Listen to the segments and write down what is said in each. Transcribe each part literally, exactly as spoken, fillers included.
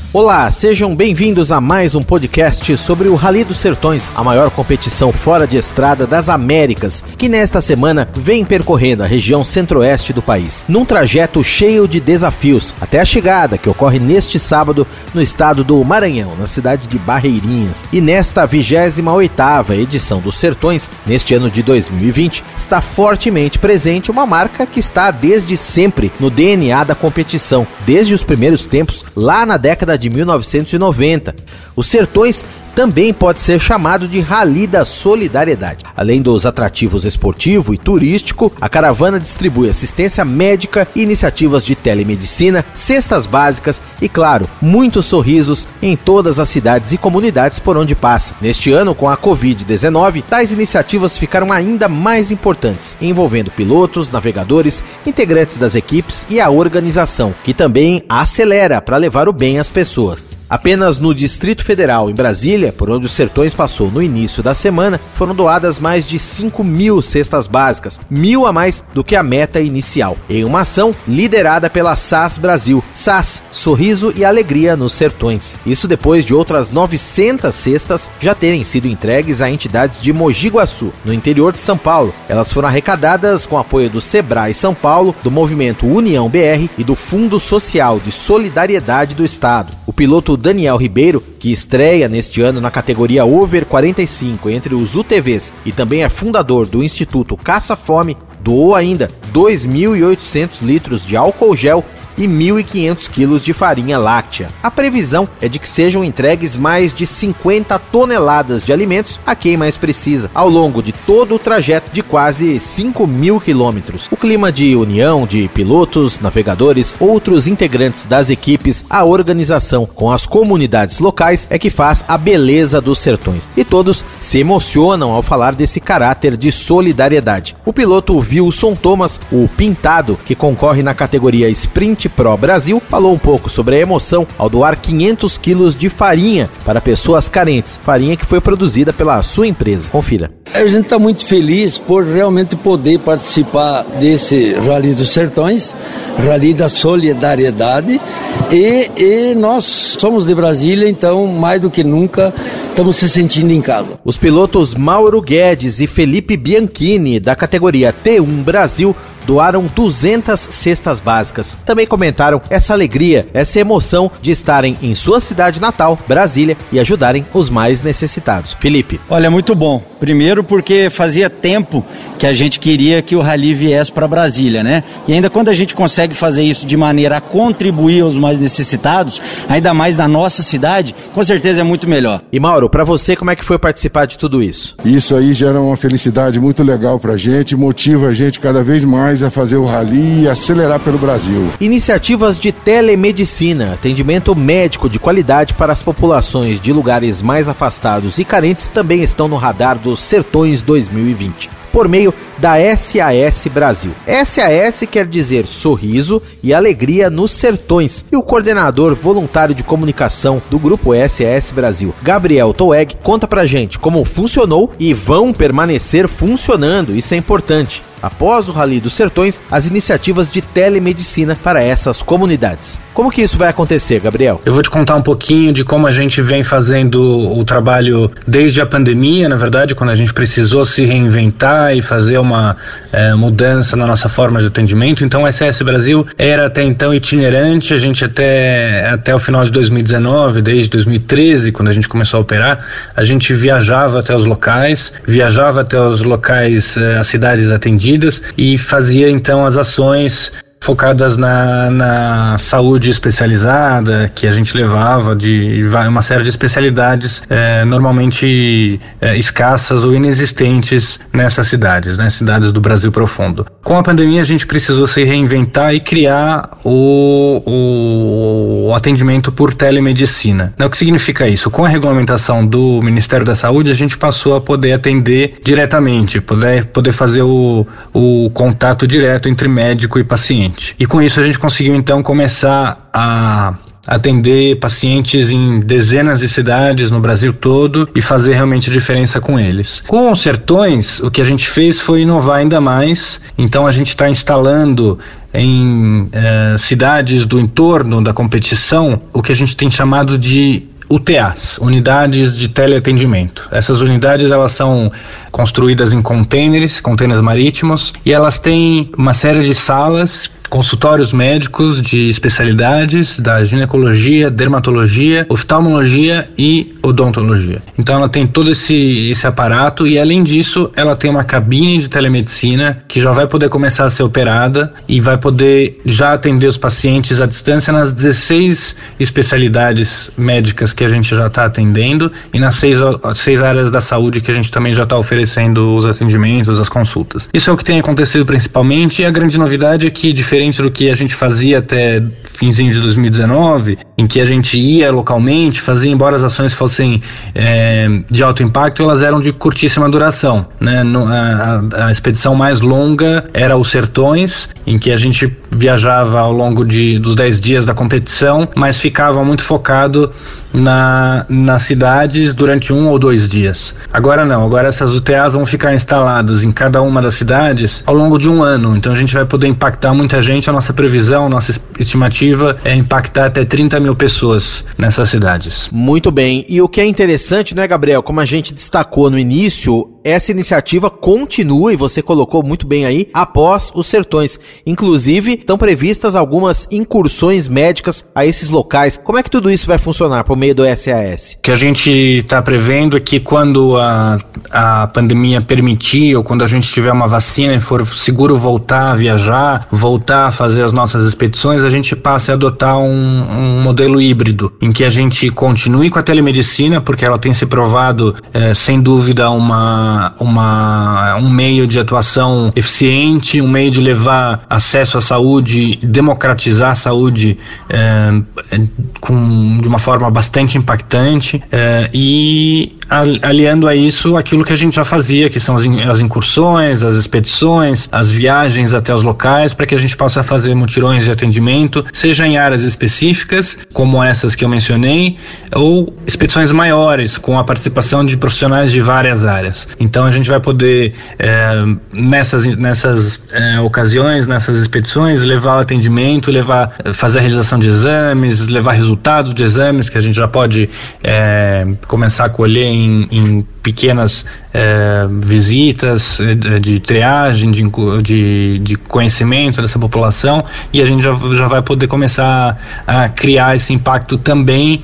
Olá, sejam bem-vindos a mais um podcast sobre o Rally dos Sertões, a maior competição fora de estrada das Américas, que nesta semana vem percorrendo a região centro-oeste do país, num trajeto cheio de desafios, até a chegada, que ocorre neste sábado no estado do Maranhão, na cidade de Barreirinhas. E nesta vigésima oitava edição dos Sertões, neste ano de dois mil e vinte, está fortemente presente uma marca que está desde sempre no D N A da competição, desde os primeiros tempos, lá na década de mil novecentos e noventa. Os Sertões também pode ser chamado de Rally da Solidariedade. Além dos atrativos esportivo e turístico, a caravana distribui assistência médica, iniciativas de telemedicina, cestas básicas e, claro, muitos sorrisos em todas as cidades e comunidades por onde passa. Neste ano, com a covid dezenove, tais iniciativas ficaram ainda mais importantes, envolvendo pilotos, navegadores, integrantes das equipes e a organização, que também acelera para levar o bem às pessoas. Apenas no Distrito Federal, em Brasília, por onde os Sertões passou no início da semana, foram doadas mais de cinco mil cestas básicas, mil a mais do que a meta inicial, em uma ação liderada pela S A S Brasil. S A S, Sorriso e Alegria nos Sertões. Isso depois de outras novecentas cestas já terem sido entregues a entidades de Mogi Guaçu, no interior de São Paulo. Elas foram arrecadadas com apoio do Sebrae São Paulo, do Movimento União B R e do Fundo Social de Solidariedade do Estado. O piloto Daniel Ribeiro, que estreia neste ano na categoria Over quarenta e cinco entre os U T Vs e também é fundador do Instituto Caça Fome, doou ainda dois mil e oitocentos litros de álcool gel e mil e quinhentos quilos de farinha láctea. A previsão é de que sejam entregues mais de cinquenta toneladas de alimentos a quem mais precisa, ao longo de todo o trajeto de quase cinco mil quilômetros. O clima de união de pilotos, navegadores, outros integrantes das equipes, a organização com as comunidades locais é que faz a beleza dos Sertões. E todos se emocionam ao falar desse caráter de solidariedade. O piloto Wilson Thomas, o Pintado, que concorre na categoria Sprint Pro Brasil, falou um pouco sobre a emoção ao doar quinhentos quilos de farinha para pessoas carentes, farinha que foi produzida pela sua empresa. Confira. A gente está muito feliz por realmente poder participar desse Rally dos Sertões, Rally da Solidariedade, e, e nós somos de Brasília, então mais do que nunca estamos se sentindo em casa. Os pilotos Mauro Guedes e Felipe Bianchini, da categoria T um Brasil, doaram duzentas cestas básicas. Também comentaram essa alegria, essa emoção de estarem em sua cidade natal, Brasília, e ajudarem os mais necessitados. Felipe. Olha, muito bom. Primeiro porque fazia tempo que a gente queria que o Rally viesse para Brasília, né? E ainda quando a gente consegue fazer isso de maneira a contribuir aos mais necessitados, ainda mais na nossa cidade, com certeza é muito melhor. E Mauro, para você, como é que foi participar de tudo isso? Isso aí gera uma felicidade muito legal pra gente, motiva a gente cada vez mais a fazer o Rally e acelerar pelo Brasil. Iniciativas de telemedicina, atendimento médico de qualidade para as populações de lugares mais afastados e carentes também estão no radar dos Sertões dois mil e vinte. Por meio da S A S Brasil. S A S quer dizer Sorriso e Alegria nos Sertões. E o coordenador voluntário de comunicação do grupo S A S Brasil, Gabriel Toeg, conta pra gente como funcionou e vão permanecer funcionando. Isso é importante. Após o Rally dos Sertões, as iniciativas de telemedicina para essas comunidades. Como que isso vai acontecer, Gabriel? Eu vou te contar um pouquinho de como a gente vem fazendo o trabalho desde a pandemia, na verdade, quando a gente precisou se reinventar e fazer uma é, mudança na nossa forma de atendimento. Então, o S A S Brasil era até então itinerante, a gente até, até o final de dois mil e dezenove, desde dois mil e treze, quando a gente começou a operar, a gente viajava até os locais, viajava até os locais, as cidades atendidas, e fazia então as ações focadas na, na saúde especializada, que a gente levava de uma série de especialidades é, normalmente é, escassas ou inexistentes nessas cidades, né, cidades do Brasil profundo. Com a pandemia a gente precisou se reinventar e criar o, o, o atendimento por telemedicina. O que significa isso? Com a regulamentação do Ministério da Saúde, a gente passou a poder atender diretamente, poder, poder fazer o, o contato direto entre médico e paciente. E com isso a gente conseguiu então começar a atender pacientes em dezenas de cidades no Brasil todo e fazer realmente a diferença com eles. Com os Sertões, o que a gente fez foi inovar ainda mais, então a gente está instalando em eh, cidades do entorno da competição o que a gente tem chamado de U T As, unidades de teleatendimento. Essas unidades, elas são construídas em containers, containers marítimos, e elas têm uma série de salas, consultórios médicos de especialidades da ginecologia, dermatologia, oftalmologia e odontologia. Então ela tem todo esse, esse aparato e, além disso, ela tem uma cabine de telemedicina que já vai poder começar a ser operada e vai poder já atender os pacientes à distância nas dezesseis especialidades médicas que a gente já está atendendo e nas seis, seis áreas da saúde que a gente também já está oferecendo os atendimentos, as consultas. Isso é o que tem acontecido principalmente, e a grande novidade é que, diferente Diferente do que a gente fazia até finzinho de dois mil e dezenove, em que a gente ia localmente, fazia, embora as ações fossem é, de alto impacto, elas eram de curtíssima duração, né? No, a, a expedição mais longa era os Sertões, em que a gente viajava ao longo de, dos dez dias da competição, mas ficava muito focado na, nas cidades durante um ou dois dias. Agora não, agora essas U T As vão ficar instaladas em cada uma das cidades ao longo de um ano, então a gente vai poder impactar muita gente. A nossa previsão, a nossa estimativa é impactar até trinta mil pessoas nessas cidades. Muito bem, e o que é interessante, né, Gabriel, como a gente destacou no início, essa iniciativa continua, e você colocou muito bem aí, após os Sertões. Inclusive, estão previstas algumas incursões médicas a esses locais. Como é que tudo isso vai funcionar por meio do S A S? O que a gente está prevendo é que quando a, a pandemia permitir, ou quando a gente tiver uma vacina e for seguro voltar a viajar, voltar a fazer as nossas expedições, a gente passe a adotar um, um modelo híbrido, em que a gente continue com a telemedicina, porque ela tem se provado, é, sem dúvida, uma, uma, um meio de atuação eficiente, um meio de levar acesso à saúde, democratizar a saúde é, com, de uma forma bastante impactante, é, e aliando a isso aquilo que a gente já fazia, que são as, as incursões, as expedições, as viagens até os locais, para que a gente possa fazer mutirões de atendimento, seja em áreas específicas, como essas que eu mencionei, ou expedições maiores, com a participação de profissionais de várias áreas. Então a gente vai poder, é, nessas, nessas é, ocasiões, nessas expedições, levar o atendimento, levar, fazer a realização de exames, levar resultados de exames que a gente já pode é, começar a colher em, em pequenas é, visitas de, de triagem, de, de, de conhecimento dessa população, e a gente já, já vai poder começar a, a criar esse impacto também,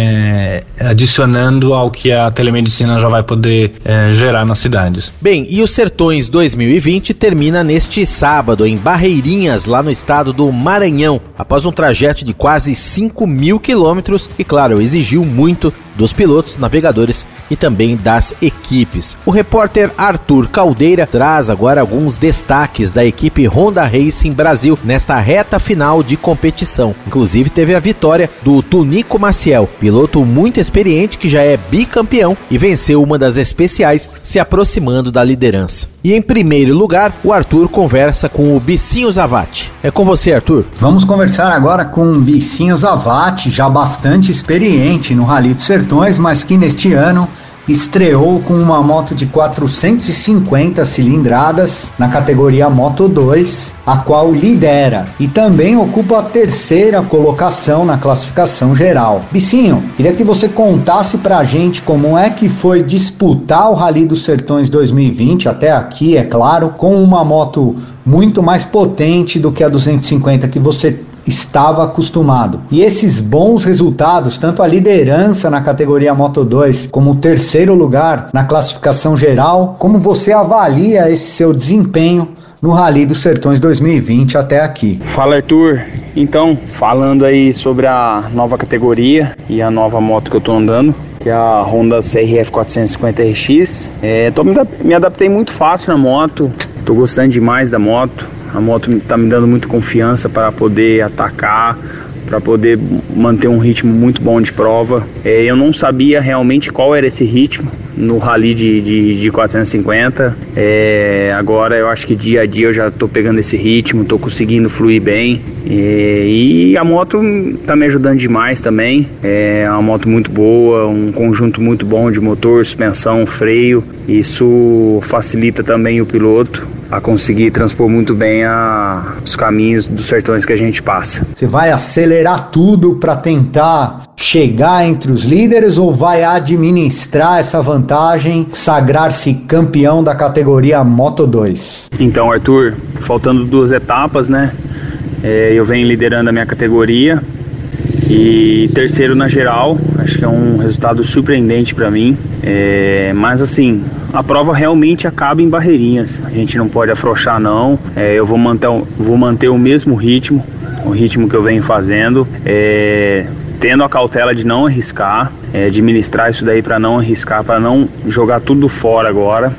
é, adicionando ao que a telemedicina já vai poder é, gerar nas cidades. Bem, e o Sertões dois mil e vinte termina neste sábado em Barreirinhas, lá no estado do Maranhão, após um trajeto de quase cinco mil quilômetros e, claro, exigiu muito dos pilotos, navegadores e também das equipes. O repórter Arthur Caldeira traz agora alguns destaques da equipe Honda Racing Brasil nesta reta final de competição. Inclusive teve a vitória do Tunico Maciel, piloto muito experiente que já é bicampeão e venceu uma das especiais, se aproximando da liderança. E em primeiro lugar, o Arthur conversa com o Bicinho Zavatti. É com você, Arthur. Vamos conversar agora com o Bicinho Zavatti, já bastante experiente no Rally dos Sertões, mas que neste ano estreou com uma moto de quatrocentas e cinquenta cilindradas na categoria Moto dois, a qual lidera e também ocupa a terceira colocação na classificação geral. Bicinho, queria que você contasse pra gente como é que foi disputar o Rally dos Sertões dois mil e vinte, até aqui, é claro, com uma moto muito mais potente do que a duzentos e cinquenta que você estava acostumado. E esses bons resultados, tanto a liderança na categoria Moto dois como o terceiro lugar na classificação geral, como você avalia esse seu desempenho no Rally dos Sertões dois mil e vinte até aqui? Fala, Arthur. Então, falando aí sobre a nova categoria e a nova moto que eu tô andando, que é a Honda C R F quatrocentos e cinquenta R X, é, tô, me adaptei muito fácil na moto, tô gostando demais da moto. A moto está me dando muita confiança para poder atacar, para poder manter um ritmo muito bom de prova. É, eu não sabia realmente qual era esse ritmo no Rally de, de, de quatrocentos e cinquenta. É, agora eu acho que dia a dia eu já estou pegando esse ritmo, estou conseguindo fluir bem. É, e a moto está me ajudando demais também. É uma moto muito boa, um conjunto muito bom de motor, suspensão, freio. Isso facilita também o piloto. a conseguir transpor muito bem a, os caminhos dos sertões que a gente passa. Você vai acelerar tudo para tentar chegar entre os líderes ou vai administrar essa vantagem, sagrar-se campeão da categoria Moto dois? Então, Arthur, faltando duas etapas, né? É, eu venho liderando a minha categoria e terceiro na geral. Acho que é um resultado surpreendente para mim. É, mas assim, a prova realmente acaba em Barreirinhas. A gente não pode afrouxar não. É, eu vou manter, vou manter o mesmo ritmo, o ritmo que eu venho fazendo. É, tendo a cautela de não arriscar, é, administrar isso daí para não arriscar, para não jogar tudo fora agora.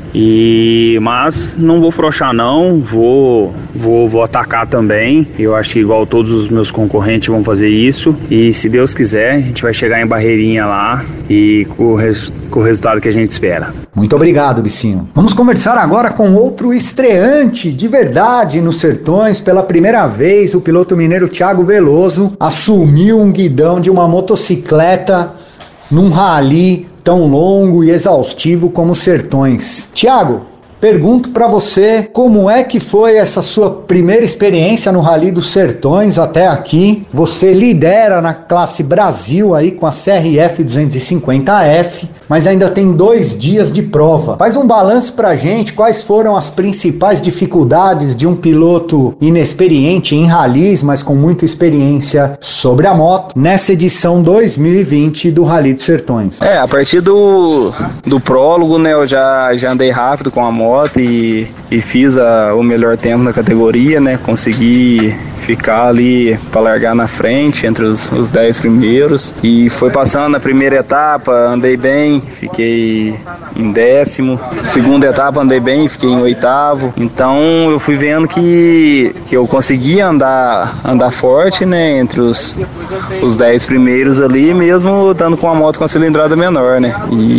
E mas não vou frouxar não, vou vou vou atacar também. Eu acho que igual todos os meus concorrentes vão fazer isso. E se Deus quiser, a gente vai chegar em Barreirinha lá e com o, res, com o resultado que a gente espera. Muito obrigado, Bicinho. Vamos conversar agora com outro estreante de verdade nos Sertões. Pela primeira vez, o piloto mineiro Thiago Veloso assumiu um guidão de uma motocicleta num rally tão longo e exaustivo como os Sertões. Thiago, pergunto para você como é que foi essa sua primeira experiência no Rally dos Sertões até aqui. Você lidera na classe Brasil aí com a C R F duzentos e cinquenta F, mas ainda tem dois dias de prova. Faz um balanço pra gente, quais foram as principais dificuldades de um piloto inexperiente em rallies, mas com muita experiência sobre a moto, nessa edição dois mil e vinte do Rally dos Sertões. É, a partir do, do prólogo, né, eu já, já andei rápido com a moto e, e fiz a, o melhor tempo na categoria, né? Consegui ficar ali para largar na frente entre os, os dez primeiros e foi passando na primeira etapa, andei bem, fiquei em décimo. Segunda etapa andei bem, fiquei em oitavo. Então eu fui vendo que, que eu conseguia andar, andar forte, né? Entre os, os dez primeiros ali, mesmo estando com a moto com a cilindrada menor, né?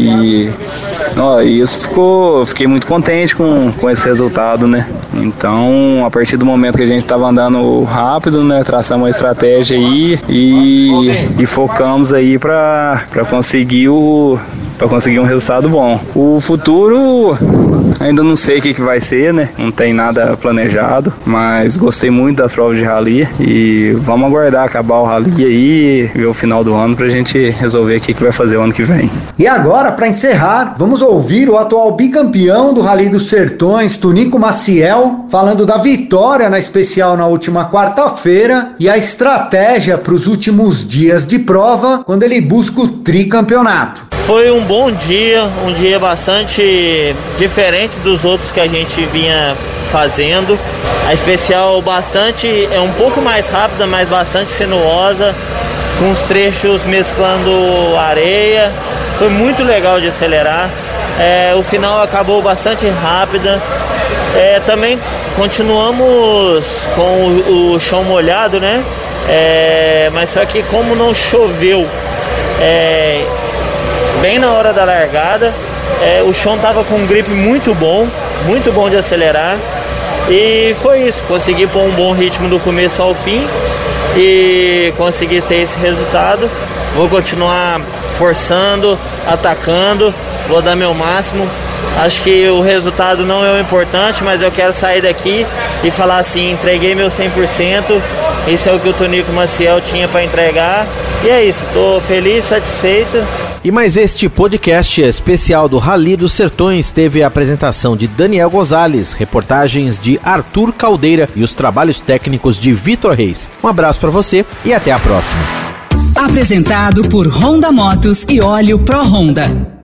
E ó, isso ficou, fiquei muito contente com, com esse resultado, né? Então, a partir do momento que a gente estava andando rápido, né, traçamos uma estratégia aí e, e focamos aí para para conseguir o para conseguir um resultado bom. O futuro ainda não sei o que, que vai ser, né? Não tem nada planejado, mas gostei muito das provas de rally e vamos aguardar acabar o rally aí e ver o final do ano pra gente resolver o que, que vai fazer o ano que vem. E agora, para encerrar, vamos ouvir o atual bicampeão do Rally dos Sertões, Tunico Maciel, falando da vitória na especial na última quarta-feira e a estratégia para os últimos dias de prova, quando ele busca o tricampeonato. Foi um bom dia, um dia bastante diferente dos outros que a gente vinha fazendo. A especial bastante, é um pouco mais rápida, mas bastante sinuosa, com os trechos mesclando areia. Foi muito legal de acelerar. É, o final acabou bastante rápida. É, também continuamos com o, o chão molhado, né? É, mas só que como não choveu é, bem na hora da largada, é, o chão tava com um grip muito bom, muito bom de acelerar. E foi isso, consegui pôr um bom ritmo do começo ao fim e consegui ter esse resultado. Vou continuar forçando, atacando, vou dar meu máximo. Acho que o resultado não é o importante, mas eu quero sair daqui e falar assim, entreguei meu cem por cento, isso é o que o Tunico Maciel tinha para entregar. E é isso, estou feliz, satisfeito. E mais este podcast especial do Rally dos Sertões teve a apresentação de Daniel Gonzalez, reportagens de Arthur Caldeira e os trabalhos técnicos de Vitor Reis. Um abraço para você e até a próxima. Apresentado por Honda Motos e Óleo Pro Honda.